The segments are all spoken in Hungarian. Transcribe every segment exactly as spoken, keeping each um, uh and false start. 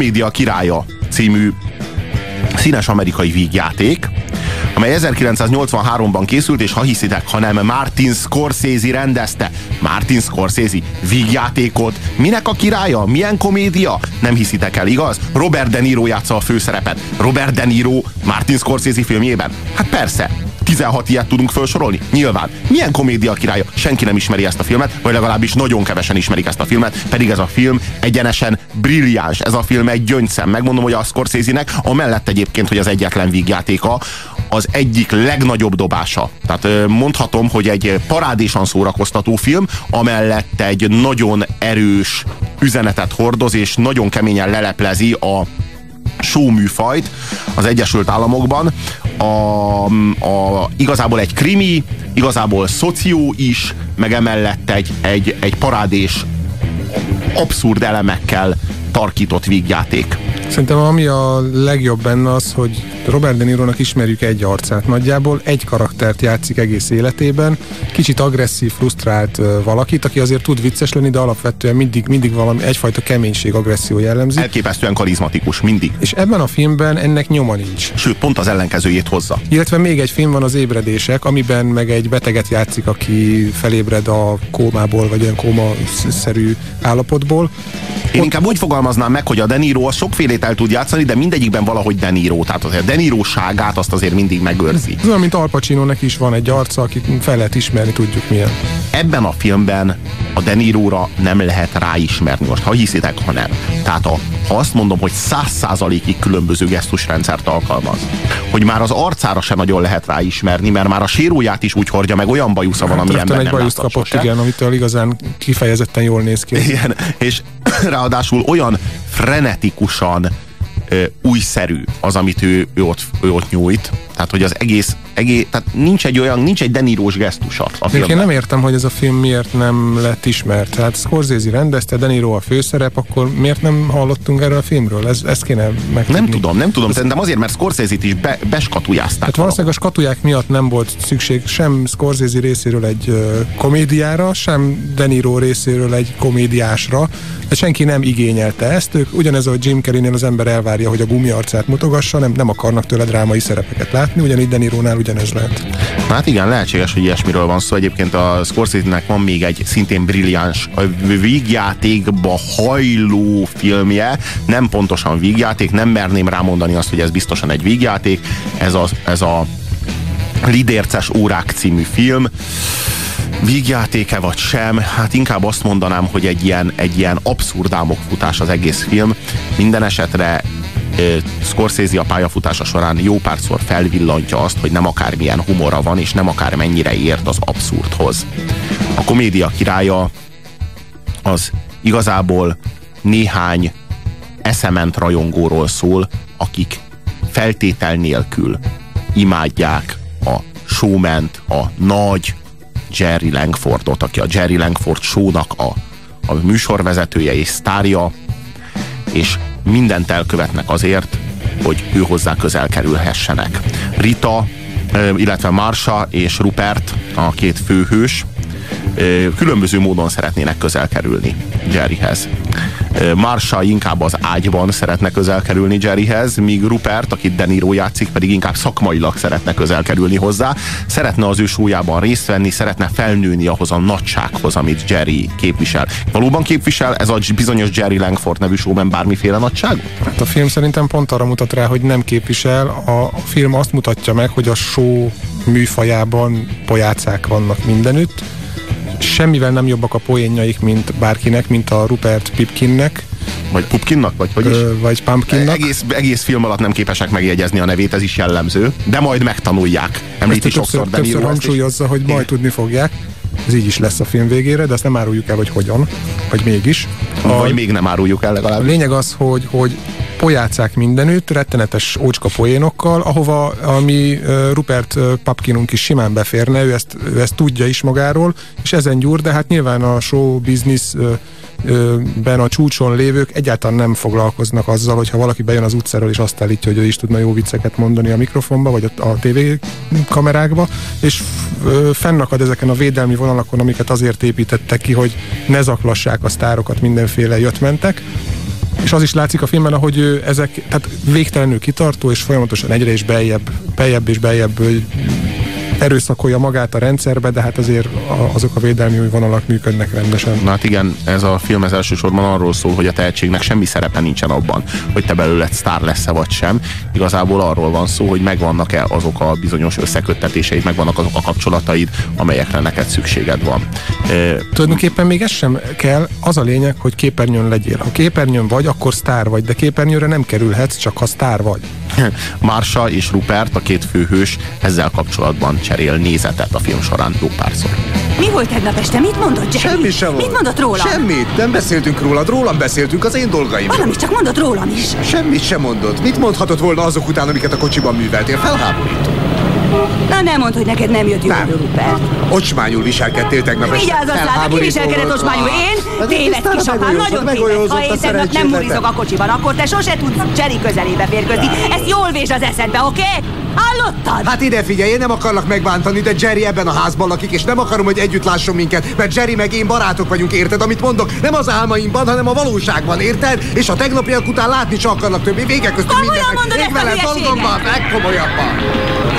Komédia királya című színes amerikai vígjáték, amely ezerkilencszáznyolcvanháromban készült, és ha hiszitek, hanem Martin Scorsese rendezte. Martin Scorsese vígjátékot. Minek a királya? Milyen komédia? Nem hiszitek el, igaz? Robert De Niro játsza a főszerepet. Robert De Niro Martin Scorsese filmjében? Hát persze. tizenhat ilyet tudunk felsorolni? Nyilván. Milyen komédia királya? Senki nem ismeri ezt a filmet, vagy legalábbis nagyon kevesen ismerik ezt a filmet, pedig ez a film egyenesen brilliáns. Ez a film egy gyöngyszem. Megmondom, hogy a Scorsese-nek, amellett egyébként, hogy az egyetlen vígjátéka, az egyik legnagyobb dobása. Tehát mondhatom, hogy egy parádésan szórakoztató film, amellett egy nagyon erős üzenetet hordoz, és nagyon keményen leleplezi a show műfajt az Egyesült Államokban. A, a, igazából egy krimi, igazából szoció is, meg emellett egy, egy, egy parádés, abszurd elemekkel tarkított vígjáték. Szerintem ami a legjobb benne az, hogy Robert De Nirónak ismerjük egy arcát nagyjából, egy karaktert játszik egész életében, kicsit agresszív, frusztrált valakit, aki azért tud vicces lenni, de alapvetően mindig, mindig valami egyfajta keménység, agresszió jellemzi. Elképesztően karizmatikus, mindig. És ebben a filmben ennek nyoma nincs. Sőt, pont az ellenkezőjét hozza. Illetve még egy film van, az Ébredések, amiben meg egy beteget játszik, aki felébred a kómából, vagy olyan kómaszerű állapotból. Én Ott... inkább úgy fogalmaznám meg, hogy a De Niro az sokfélét el tud játszani, de mindegyikben valahogy De Niro. Tehát azért De Niróságát azt azért mindig megőrzi. Ez olyan, mint Al Pacino-nek is van egy arca, akit fel lehet ismerni, tudjuk milyen. Ebben a filmben a De Niróra nem lehet ráismerni. Most ha hiszitek, ha nem. Tehát a, ha azt mondom, hogy száz százalékig különböző gesztusrendszert alkalmaz, hogy már az arcára sem nagyon lehet ráismerni, mert már a séróját is úgy hordja, meg olyan bajusza van, hát, amilyenben nem egy bajuszt kapott, sose. Igen, amitől igazán kifejezetten jól néz ki. Igen, és ráadásul olyan frenetikusan ö, újszerű az, amit ő, ő, ott, ő ott nyújt. Tehát, hogy az egész, egész tehát nincs egy olyan, nincs egy De Nirós gesztusa a filmben. Én nem értem, hogy ez a film miért nem lett ismert. Tehát Scorsese rendezte, De Niro a főszerep, akkor miért nem hallottunk erről a filmről? Ez, ezt kéne megtudni. Nem tudom, nem tudom. Szerintem azért, mert Scorsese-t is be, beskatujázták. Tehát valószínűleg a skatuják miatt nem volt szükség sem Scorsese részéről egy uh, komédiára, sem De Niro részéről egy komédiásra. De senki nem igényelte ezt. Ők ugyanez a Jim Carreynél az ember elvárja, hogy a gumiarcát mutogassa, nem, nem akarnak tőle drámai szerepeket látni, ugyanígy De Nirónál ugyanez lehet. Hát igen, lehetséges, hogy ilyesmiről van szó. Egyébként a Scorsese-nek van még egy szintén brilliáns vígjátékba hajló filmje, nem pontosan vígjáték, nem merném rámondani azt, hogy ez biztosan egy vígjáték. Ez a, ez a Lidérces órák című film. Vígjátéke vagy sem, hát inkább azt mondanám, hogy egy ilyen, egy ilyen abszurd álmokfutás az egész film. Minden esetre Scorsese a pályafutása során jó párszor felvillantja azt, hogy nem akármilyen humora van, és nem akár mennyire ért az abszurdhoz. A komédia királya az igazából néhány eszement rajongóról szól, akik feltétel nélkül imádják a showment, a nagy Jerry Langfordot, aki a Jerry Langford show-nak a, a műsorvezetője és sztárja, és mindent elkövetnek azért, hogy ő hozzá közel kerülhessenek. Rita, illetve Marsha és Rupert, a két főhős, különböző módon szeretnének közel kerülni Jerryhez. Marsha inkább az ágyban szeretne közel kerülni Jerryhez, míg Rupert, akit De Niro játszik, pedig inkább szakmailag szeretne közel kerülni hozzá. Szeretne az ő súlyában részt venni, szeretne felnőni ahhoz a nagysághoz, amit Jerry képvisel. Valóban képvisel ez a bizonyos Jerry Langford nevű showban bármiféle nagyságot? Hát a film szerintem pont arra mutat rá, hogy nem képvisel. A film azt mutatja meg, hogy a show műfajában pojácák vannak mindenütt. Semmivel nem jobbak a poénjaik, mint bárkinek, mint a Rupert Pipkinnek. Vagy Pupkinnak, vagy hogy is? Ö, vagy Pumpkinnak. Egész, egész film alatt nem képesek megjegyezni a nevét, ez is jellemző, de majd megtanulják. Említi sokszor De Niro. Többször hangsúlyozza, hogy majd tudni fogják. Ez így is lesz a film végére, de azt nem áruljuk el, hogy hogyan, vagy mégis. A, vagy még nem áruljuk el legalább. A lényeg az, hogy, hogy pojácák mindenütt, rettenetes ócska poénokkal, ahova ami Rupert Pupkinunk is simán beférne, ő ezt, ő ezt tudja is magáról, és ezen gyúr, de hát nyilván a show business ben a csúcson lévők egyáltalán nem foglalkoznak azzal, hogyha valaki bejön az utcáról és azt állítja, hogy ő is tudna jó vicceket mondani a mikrofonba, vagy a, a tévé kamerákba, és fennakad ezeken a védelmi vonalakon, amiket azért építettek ki, hogy ne zaklassák a sztárokat mindenféle jöttmentek. És az is látszik a filmben, ahogy ő ezek, tehát végtelenül kitartó, és folyamatosan egyre is beljebb, beljebb és beljebb erőszakolja magát a rendszerbe, de hát azért azok a védelmi új vonalak működnek rendesen. Na hát igen, ez a film ez elsősorban arról szól, hogy a tehetségnek semmi szerepe nincsen abban, hogy te belőled sztár lesz-e vagy sem. Igazából arról van szó, hogy megvannak-e azok a bizonyos összeköttetéseid, megvannak azok a kapcsolataid, amelyekre neked szükséged van. E... Tulajdonképpen még ez sem kell, az a lényeg, hogy képernyőn legyél. Ha képernyőn vagy, akkor sztár vagy, de képernyőre nem kerülhetsz, csak ha sztár vagy. Marsha és Rupert, a két főhős ezzel kapcsolatban cserél nézetet a film során jó párszor. Mi volt tegnap este? Mit mondott Jerry? Semmi sem volt. Mit mondott rólam? Semmit. Nem beszéltünk rólad, rólam beszéltünk, az én dolgaim. Valamit csak mondott rólam is. Semmit sem mondott. Mit mondhatott volna azok után, amiket a kocsiban műveltél? Felháborító. Na nem mondd, hogy neked nem jött jól, Rupert. Ocsmányul viselkedtél tegnap este. Vigyázzat rá, ki viselkedett ocsmányul? Én? Téved, kisapám, nagyon téved. Ha én tegnap nem murizok a kocsiban, akkor te sose tudsz Jerry közelébe férkőzni. Ezt jól vésd az eszedbe, oké? Okay? Hallottad? Hát ide figyelj, én nem akarlak megbántani, de Jerry ebben a házban lakik, és nem akarom, hogy együtt lásson minket, mert Jerry meg én barátok vagyunk, érted? Amit mondok, nem az álmaimban, hanem a valóságban, érted? És a tegnapiak után látni sem akarnak többé, vége köztük mindennek. Ég veled dolgomban, legkomolyabban.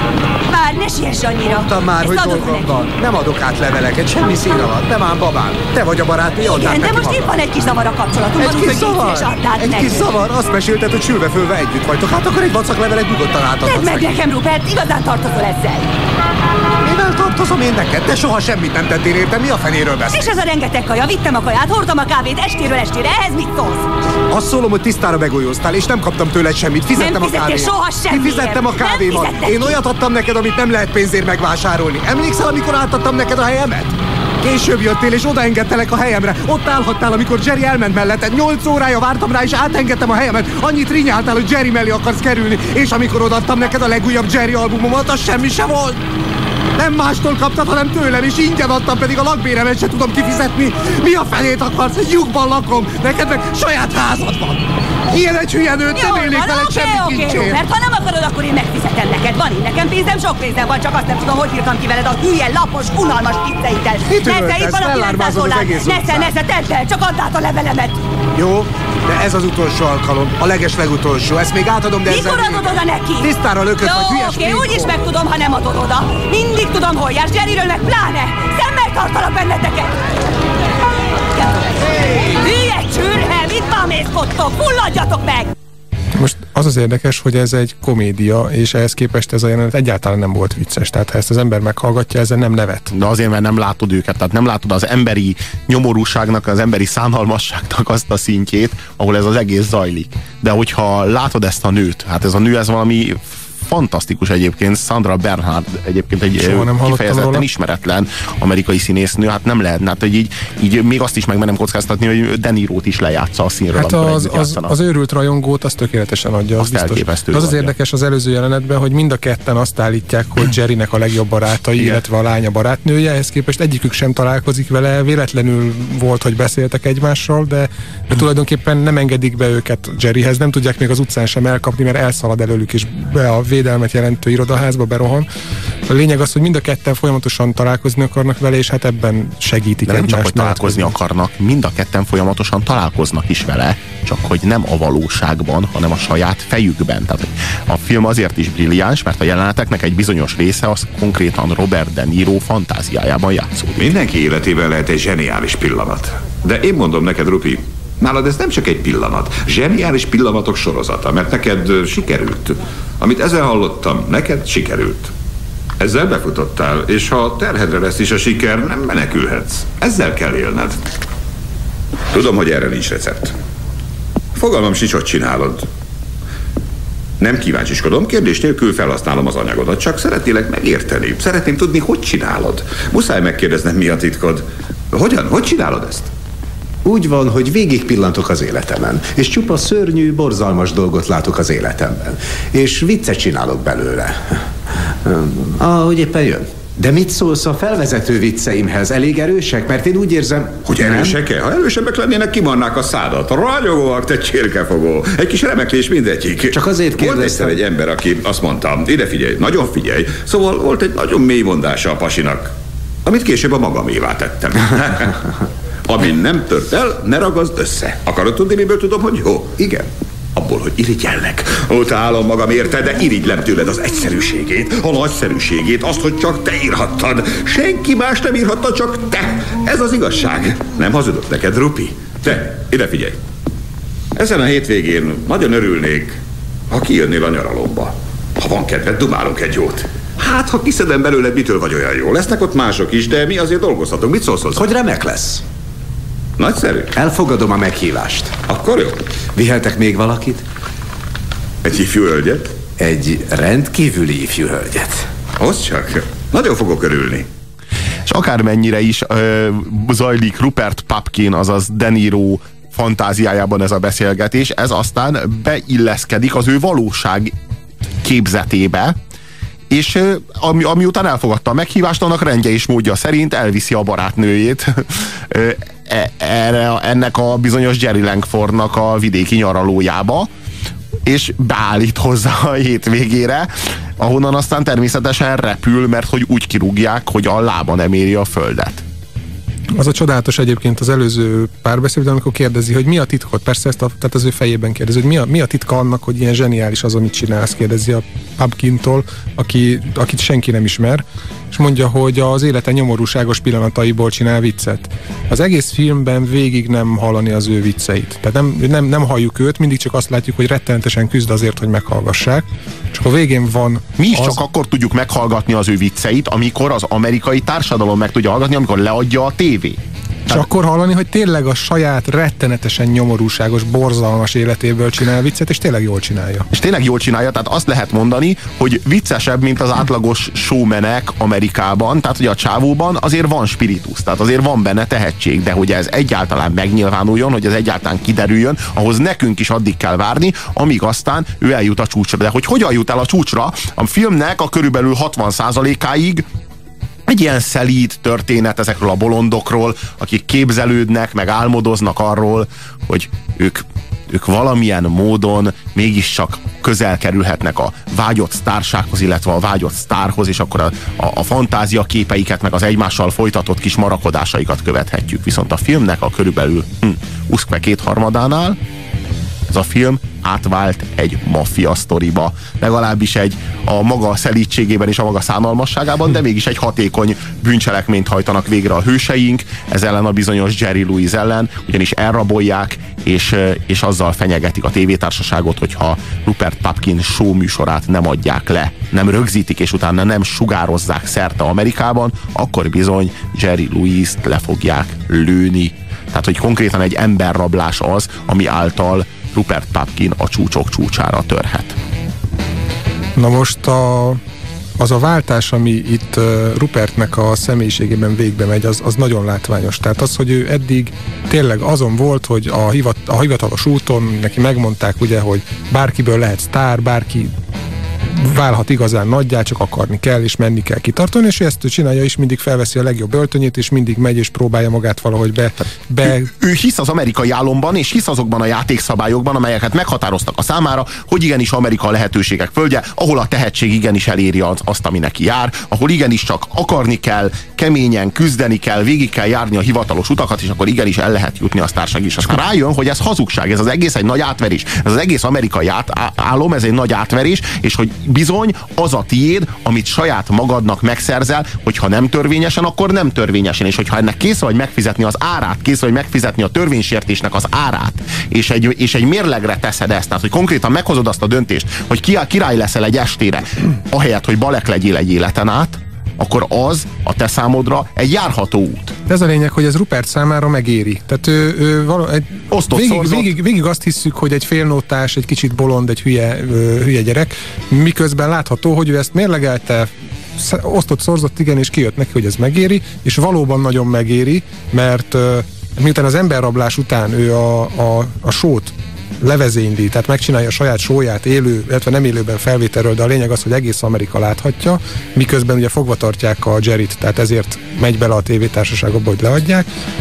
Már ne siess annyira. Mondtam már, hogy dolgom van. Nem adok át leveleket, semmi szín alatt. Nem ám babám. Te vagy a barátnő, add át de most magam. itt van egy kis zavar a kapcsolatunkban, Egy kis zavar? Egy neki. kis zavar? Azt mesélted, hogy sülve-fölve együtt vagytok. Hát akkor egy vacak levelet nyugodtan átadhatsz. Tedd meg nekem, Rupert, igazán tartozol ezzel. Mivel tartozom én neked? Te soha semmit nem tettél érte, mi a fenéről beszélsz? És ez a rengeteg kaja, vittem a kaját, hordtam a kávét estéről estére, ehhez mit szólsz? Azt szólom, hogy tisztára begolyóztál, és nem kaptam tőled semmit, fizettem nem a kávéért. soha semmiért. Kifizettem a kávémat. Én olyat adtam neked, amit nem lehet pénzért megvásárolni. Emlékszel, amikor átadtam neked a helyemet? Később jöttél, és odaengedtelek a helyemre. Ott állhattál, amikor Jerry elment melletted. Nyolc órája vártam rá, és átengedtem a helyemet. Annyit rinyáltál, hogy Jerry mellé akarsz kerülni. És amikor odaadtam neked a legújabb Jerry albumomat, az semmi se volt. Nem mástól kaptad, hanem tőlem, és ingyen adtam, pedig a lakbéremet se tudom kifizetni. Mi a felét akarsz? Egy lyukban lakom, neked meg saját házad van. Ilyen egy hülye nőt nem élnék veled semmi kincsért. Mert ha nem akarod, akkor én megfizetem neked. Van én nekem pénzem, sok pénzem van, csak azt nem tudom, hogy írtam ki veled a hülye, lapos, unalmas ticceiddel. Nesze, itt van a kilencszáz dollár. Nesze, nesze, tedd el, csak add át a levelemet. Jó, de ez az utolsó alkalom, a leges legutolsó. Ezt még átadom, de mikor ezzel adod oda neki? Tisztára lökött, vagy hülyes. Jó, oké, úgyis megtudom, ha nem adod oda. Mindig tudom, hol jársz, Jerryről meg pláne. Szemmel tartalak benneteket. Hülye csürhe, mit bámészkodtok? Fulladjatok meg! Most az az érdekes, hogy ez egy komédia, és ehhez képest ez a jelenet egyáltalán nem volt vicces. Tehát ha ezt az ember meghallgatja, ezzel nem nevet. De azért, mert nem látod őket, tehát nem látod az emberi nyomorúságnak, az emberi szánalmasságnak azt a szintjét, ahol ez az egész zajlik. De hogyha látod ezt a nőt, hát ez a nő, ez valami fantasztikus egyébként. Sandra Bernhard egyébként egy kifejezetten róla. Ismeretlen amerikai színésznő, hát nem lehet, hát hogy így, így még azt is megmerem kockáztatni, hogy De Nirót is lejátsza a színről, hát az, az, az őrült rajongót, az tökéletesen adja, az biztos. Az az érdekes az előző jelenetben, hogy mind a ketten azt állítják, hogy Jerrynek a legjobb barátai, igen, illetve a lánya barátnője, ehhez képest egyikük sem találkozik vele, véletlenül volt, hogy beszéltek egymással, de, de tulajdonképpen nem engedik be őket Jerryhez, nem tudják még az utcán sem elkapni, mert elszalad előlük is be a védelmet jelentő irodaházba, berohan. A lényeg az, hogy mind a ketten folyamatosan találkozni akarnak vele, és hát ebben segítik de nem egymást. csak, hogy találkozni akarnak, mind a ketten folyamatosan találkoznak is vele, csak hogy nem a valóságban, hanem a saját fejükben. Tehát a film azért is brilliáns, mert a jeleneteknek egy bizonyos része az konkrétan Robert De Niro fantáziájában játszódik. Mindenki életében lehet egy zseniális pillanat. De én mondom neked, Rupi, nálad ez nem csak egy pillanat, zseniális pillanatok sorozata, mert neked sikerült. Amit ezzel hallottam, neked sikerült. Ezzel befutottál, és ha terhedre lesz is a siker, nem menekülhetsz. Ezzel kell élned. Tudom, hogy erre nincs recept. Fogalmam sincs, hogy csinálod. Nem kíváncsiskodom, kérdés nélkül felhasználom az anyagodat, csak szeretnélek megérteni. Szeretném tudni, hogy csinálod. Muszáj megkérdeznem, mi a titkod. Hogyan? Hogy csinálod ezt? Úgy van, hogy végig pillantok az életemen, és csupa szörnyű, borzalmas dolgot látok az életemben. És viccet csinálok belőle. Ahogy éppen jön. De mit szólsz a felvezető vicceimhez? Elég erősek? Mert én úgy érzem... Hogy erősek-e? Ha erősebbek lennének, kimannák a szádat. Ragyogóak, te csirkefogó. Egy kis remeklés mindegyik. Csak azért kérdeztem... Volt egyszer egy ember, aki azt mondta, ide figyelj, nagyon figyelj. Szóval volt egy nagyon mély mondása a pasinak, amit később a magamévá tettem. Amin nem tört el, ne ragaszd össze. Akarod tudni, miből tudom, hogy jó? Igen. Abból, hogy irigyellek. Utálom magam érte, de irigylem tőled az egyszerűségét, a nagyszerűségét, azt, hogy csak te írhattad. Senki más nem írhatta, csak te. Ez az igazság. Nem hazudok neked, Rupi? Te, ide figyelj. Ezen a hétvégén nagyon örülnék, ha kijönnél a nyaralomba. Ha van kedved, dumálunk egy jót. Hát, ha kiszedem belőled, mitől vagy olyan jó. Lesznek ott mások is, de mi azért dolgozhatunk. Mit szólsz hozzá? Hogy remek lesz. Nagyszerű. Elfogadom a meghívást. Akkor jó. Viheltek még valakit? Egy ifjú hölgyet? Egy rendkívüli ifjú hölgyet. Hozd csak. Nagyon fogok örülni. És akármennyire is ö, zajlik Rupert Pupkin, azaz De Niro fantáziájában ez a beszélgetés, ez aztán beilleszkedik az ő valóság képzetébe, és ami, ami után elfogadta a meghívást, annak rendje és módja szerint elviszi a barátnőjét erre, ennek a bizonyos Jerry Langfordnak a vidéki nyaralójába, és beállít hozzá a hétvégére, ahonnan aztán természetesen repül, mert hogy úgy kirúgják, hogy a lába nem éri a földet. Az a csodálatos egyébként az előző párbeszédben, amikor kérdezi, hogy mi a titkot, persze ezt a, tehát az ő fejében kérdezi, hogy mi a, mi a titka annak, hogy ilyen zseniális az, amit csinálsz, kérdezi a Pupkintól, aki, akit senki nem ismer, és mondja, hogy az élete nyomorúságos pillanataiból csinál viccet. Az egész filmben végig nem hallani az ő vicceit. Tehát nem, nem, nem halljuk őt, mindig csak azt látjuk, hogy rettenetesen küzd azért, hogy meghallgassák. Csak a végén van... Mi is az... csak akkor tudjuk meghallgatni az ő vicceit, amikor az amerikai társadalom meg tudja hallgatni, amikor leadja a tévé. És Tehát... akkor hallani, hogy tényleg a saját rettenetesen nyomorúságos, borzalmas életéből csinál viccet, és tényleg jól csinálja. És tényleg jól csinálja, tehát azt lehet mondani, hogy viccesebb, mint az átlagos showmenek Amerikában, tehát hogy a csávóban azért van spiritus, tehát azért van benne tehetség, de hogy ez egyáltalán megnyilvánuljon, hogy ez egyáltalán kiderüljön, ahhoz nekünk is addig kell várni, amíg aztán ő eljut a csúcsra. De hogy hogyan jut el a csúcsra? A filmnek a körülbelül hatvan százalékáig egy ilyen szelíd történet ezekről a bolondokról, akik képzelődnek, meg álmodoznak arról, hogy ők, ők valamilyen módon mégiscsak közel kerülhetnek a vágyott sztársághoz, illetve a vágyott sztárhoz, és akkor a, a, a fantázia képeiket, meg az egymással folytatott kis marakodásaikat követhetjük. Viszont a filmnek a körülbelül hm, uszkve kétharmadánál ez a film átvált egy maffia sztoriba. Legalábbis egy a maga szelídségében és a maga szánalmasságában, de mégis egy hatékony bűncselekményt hajtanak végre a hőseink, ez ellen a bizonyos Jerry Lewis ellen, ugyanis elrabolják, és, és azzal fenyegetik a tévétársaságot, hogyha Rupert Pupkin show műsorát nem adják le, nem rögzítik, és utána nem sugározzák szerte Amerikában, akkor bizony Jerry Lewist le fogják lőni. Tehát, hogy konkrétan egy emberrablás az, ami által Rupert Pupkin a csúcsok csúcsára törhet. Na most a, az a váltás, ami itt Rupertnek a személyiségében végbe megy, az, az nagyon látványos. Tehát az, hogy ő eddig tényleg azon volt, hogy a, hivat, a hivatalos úton neki megmondták ugye, hogy bárkiből lehet sztár, bárki válhat igazán nagyjá, csak akarni kell, és menni kell kitartani, és ezt ő csinálja, és mindig felveszi a legjobb öltönyét, és mindig megy, és próbálja magát valahogy be... be... Ő, ő hisz az amerikai álomban, és hisz azokban a játékszabályokban, amelyeket meghatároztak a számára, hogy igenis Amerika a lehetőségek földje, ahol a tehetség igenis eléri az, azt, ami neki jár, ahol igenis csak akarni kell, keményen küzdeni kell, végig kell járni a hivatalos utakat, és akkor igenis el lehet jutni a sztárság is. Aztán rájön, hogy ez hazugság, ez az egész egy nagy átverés. Ez az egész amerikai át, álom, ez egy nagy átverés, és hogy bizony az a tiéd, amit saját magadnak megszerzel, hogyha nem törvényesen, akkor nem törvényesen, és hogyha ennek kész vagy megfizetni az árát, kész vagy megfizetni a törvénysértésnek az árát, és egy, és egy mérlegre teszed ezt, tehát hogy konkrétan meghozod azt a döntést, hogy ki, király leszel egy estére, ahelyett, hogy balek legyél egy életen át, akkor az a te számodra egy járható út. De ez a lényeg, hogy ez Rupert számára megéri. Tehát ő, ő való, egy, végig, végig, végig azt hiszük, hogy egy félnótás, egy kicsit bolond, egy hülye, hülye gyerek, miközben látható, hogy ő ezt mérlegelte, osztott, szorzott, igen, és kijött neki, hogy ez megéri, és valóban nagyon megéri, mert miután az emberrablás után ő a, a, a sót levezényli, tehát megcsinálja a saját sóját élő, illetve nem élőben felvételről, de a lényeg az, hogy egész Amerika láthatja, miközben ugye fogva tartják a Jerryt, tehát ezért megy bele a tévétársaságokba, hogy leadják.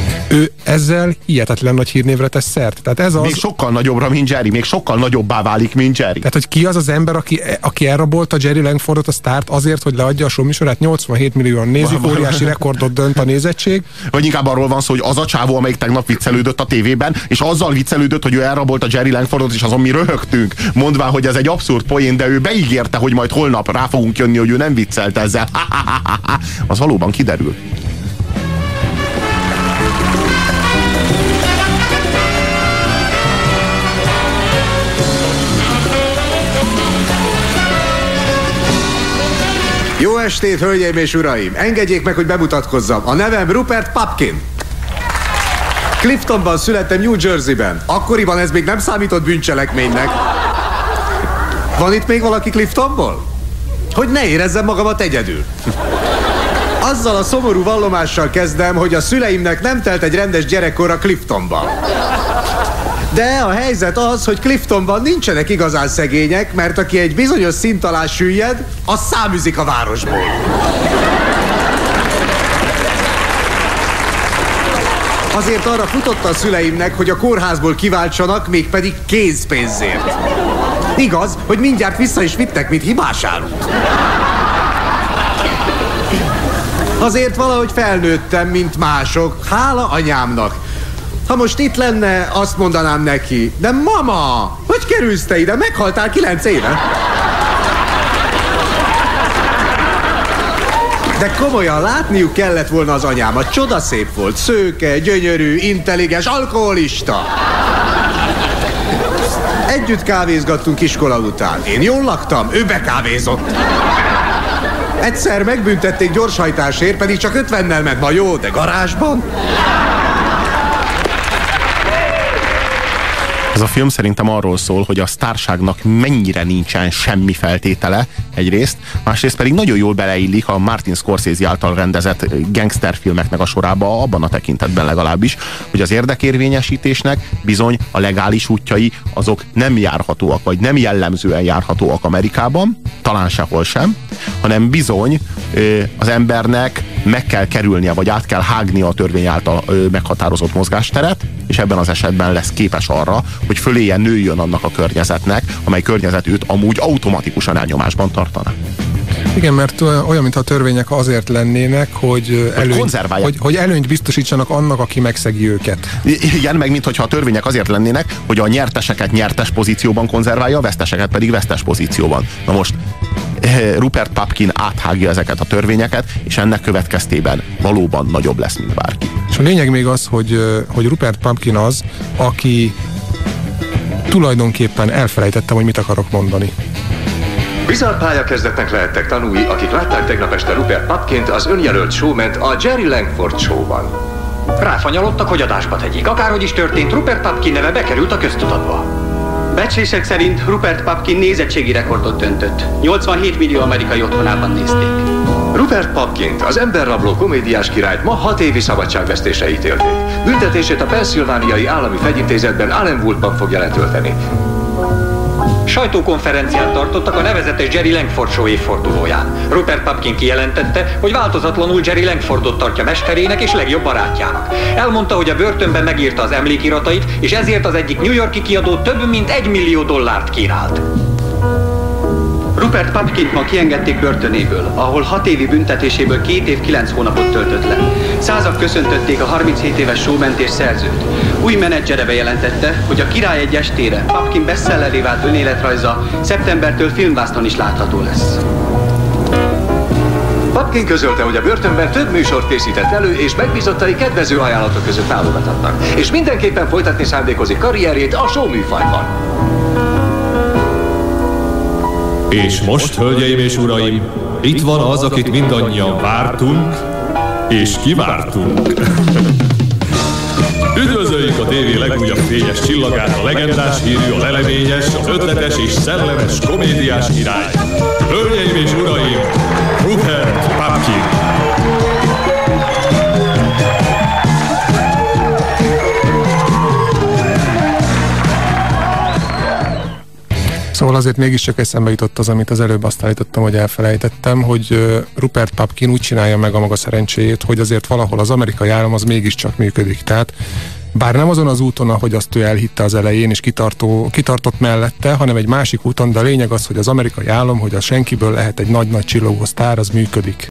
ő ezzel hihetetlen nagy hírnévre tesz szert. Tehát ez az... Még sokkal nagyobbra, mint Jerry, még sokkal nagyobbá válik, mint Jerry. Tehát, hogy ki az az ember, aki, aki elrabolta Jerry Langfordot, a sztárt azért, hogy leadja a show műsorát, nyolcvanhét millióan nézik, óriási rekordot dönt a nézettség. Vagy inkább arról van szó, hogy az a csávó, amelyik tegnap viccelődött a tévében, és azzal viccelődött, hogy ő elrabolta Jerry Langfordot, és azon mi röhögtünk, mondván, hogy ez egy abszurd poén, de ő beígérte, hogy majd holnap rá fogunk jönni, hogy ő nem viccelt ezzel. Az valóban kiderül. Jó estét, hölgyeim és uraim! Engedjék meg, hogy bemutatkozzam. A nevem Rupert Pupkin. Cliftonban születtem, New Jerseyben. Akkoriban ez még nem számított bűncselekménynek. Van itt még valaki Cliftonból? Hogy ne érezzem magamat egyedül. Azzal a szomorú vallomással kezdem, hogy a szüleimnek nem telt egy rendes gyerekkora Cliftonban. De a helyzet az, hogy Cliftonban nincsenek igazán szegények, mert aki egy bizonyos szint alá süllyed, az száműzik a városból. Azért arra futott a szüleimnek, hogy a kórházból kiváltsanak, mégpedig készpénzért. Igaz, hogy mindjárt vissza is vittek, mint hibás árut. Azért valahogy felnőttem, mint mások, hála anyámnak. Ha most itt lenne, azt mondanám neki, de mama, hogy kerülsz te ide? Meghaltál kilenc éve. De komolyan látniuk kellett volna az anyámat. Csodaszép volt, szőke, gyönyörű, intelligens, alkoholista. Együtt kávézgattunk iskola után. Én jól laktam, ő bekávézott. Egyszer megbüntették gyorshajtásért, pedig csak ötvennel ment. Na jó, de garázsban? Ez a film szerintem arról szól, hogy a sztárságnak mennyire nincsen semmi feltétele egyrészt, másrészt pedig nagyon jól beleillik a Martin Scorsese által rendezett gangsterfilmeknek a sorába, abban a tekintetben legalábbis, hogy az érdekérvényesítésnek bizony a legális útjai azok nem járhatóak, vagy nem jellemzően járhatóak Amerikában, talán sehol sem, hanem bizony az embernek meg kell kerülnie, vagy át kell hágnia a törvény által meghatározott mozgásteret, és ebben az esetben lesz képes arra, hogy föléje nőjön annak a környezetnek, amely környezet őt amúgy automatikusan elnyomásban tartaná. Igen, mert olyan, mintha a törvények azért lennének, hogy, előny, hogy, hogy előnyt biztosítsanak annak, aki megszegi őket. Igen, meg mintha a törvények azért lennének, hogy a nyerteseket nyertes pozícióban konzerválja, a veszteseket pedig vesztes pozícióban. Na most Rupert Pupkin áthágja ezeket a törvényeket, és ennek következtében valóban nagyobb lesz, mint bárki. És a lényeg még az, hogy, hogy Rupert Pupkin az, aki tulajdonképpen elfelejtettem, hogy mit akarok mondani. Bizarr pályakezdetnek lehettek tanúi, akik látták tegnap este Rupert Pupkint, az önjelölt showment a Jerry Langford Show-ban. Ráfanyalodtak, hogy adásba tegyék. Akárhogy is történt, Rupert Pupkin neve bekerült a köztudatba. Becslések szerint Rupert Pupkin nézettségi rekordot döntött. nyolcvanhét millió amerikai otthonában nézték. Rupert Pupkint, az emberrabló komédiás királyt ma hat évi szabadságvesztésre ítélték. Büntetését a Pennsylvániai Állami Fegyintézetben Allen Woodban fogja letölteni. Sajtókonferenciát tartottak a nevezetes Jerry Langford Show évfordulóján. Rupert Pupkin kijelentette, hogy változatlanul Jerry Langfordot tartja mesterének és legjobb barátjának. Elmondta, hogy a börtönben megírta az emlékiratait, és ezért az egyik New York-i kiadó több mint egy millió dollárt kínált. Rupert Pupkint ma kiengedték börtönéből, ahol hat évi büntetéséből két év kilenc hónapot töltött le. Százak köszöntötték a harminchét éves showment és szerzőt. Új menedzsere bejelentette, hogy a Király egy estére Pupkin bestselleré vált önéletrajza szeptembertől filmvásznon is látható lesz. Pupkin közölte, hogy a börtönben több műsort készített elő, és megbízottai kedvező ajánlatok között válogathatnak. És mindenképpen folytatni szándékozik karrierjét a show műfajban. És most, hölgyeim és uraim, itt van az, akit mindannyian vártunk, és kivártunk. Üdvözöljük a tévé legújabb fényes csillagát, a legendás hírű, a leleményes, az ötletes és szellemes komédiás király. Hölgyeim és uraim, Rupert Pupkin! Szóval azért mégiscsak eszembe jutott az, amit az előbb azt állítottam, hogy elfelejtettem, hogy Rupert Pupkin úgy csinálja meg a maga szerencséjét, hogy azért valahol az amerikai állam az mégiscsak működik. Tehát bár nem azon az úton, ahogy azt ő elhitte az elején, és kitartó, kitartott mellette, hanem egy másik úton, de a lényeg az, hogy az amerikai állam, hogy a senkiből lehet egy nagy-nagy csillogó sztár, az működik.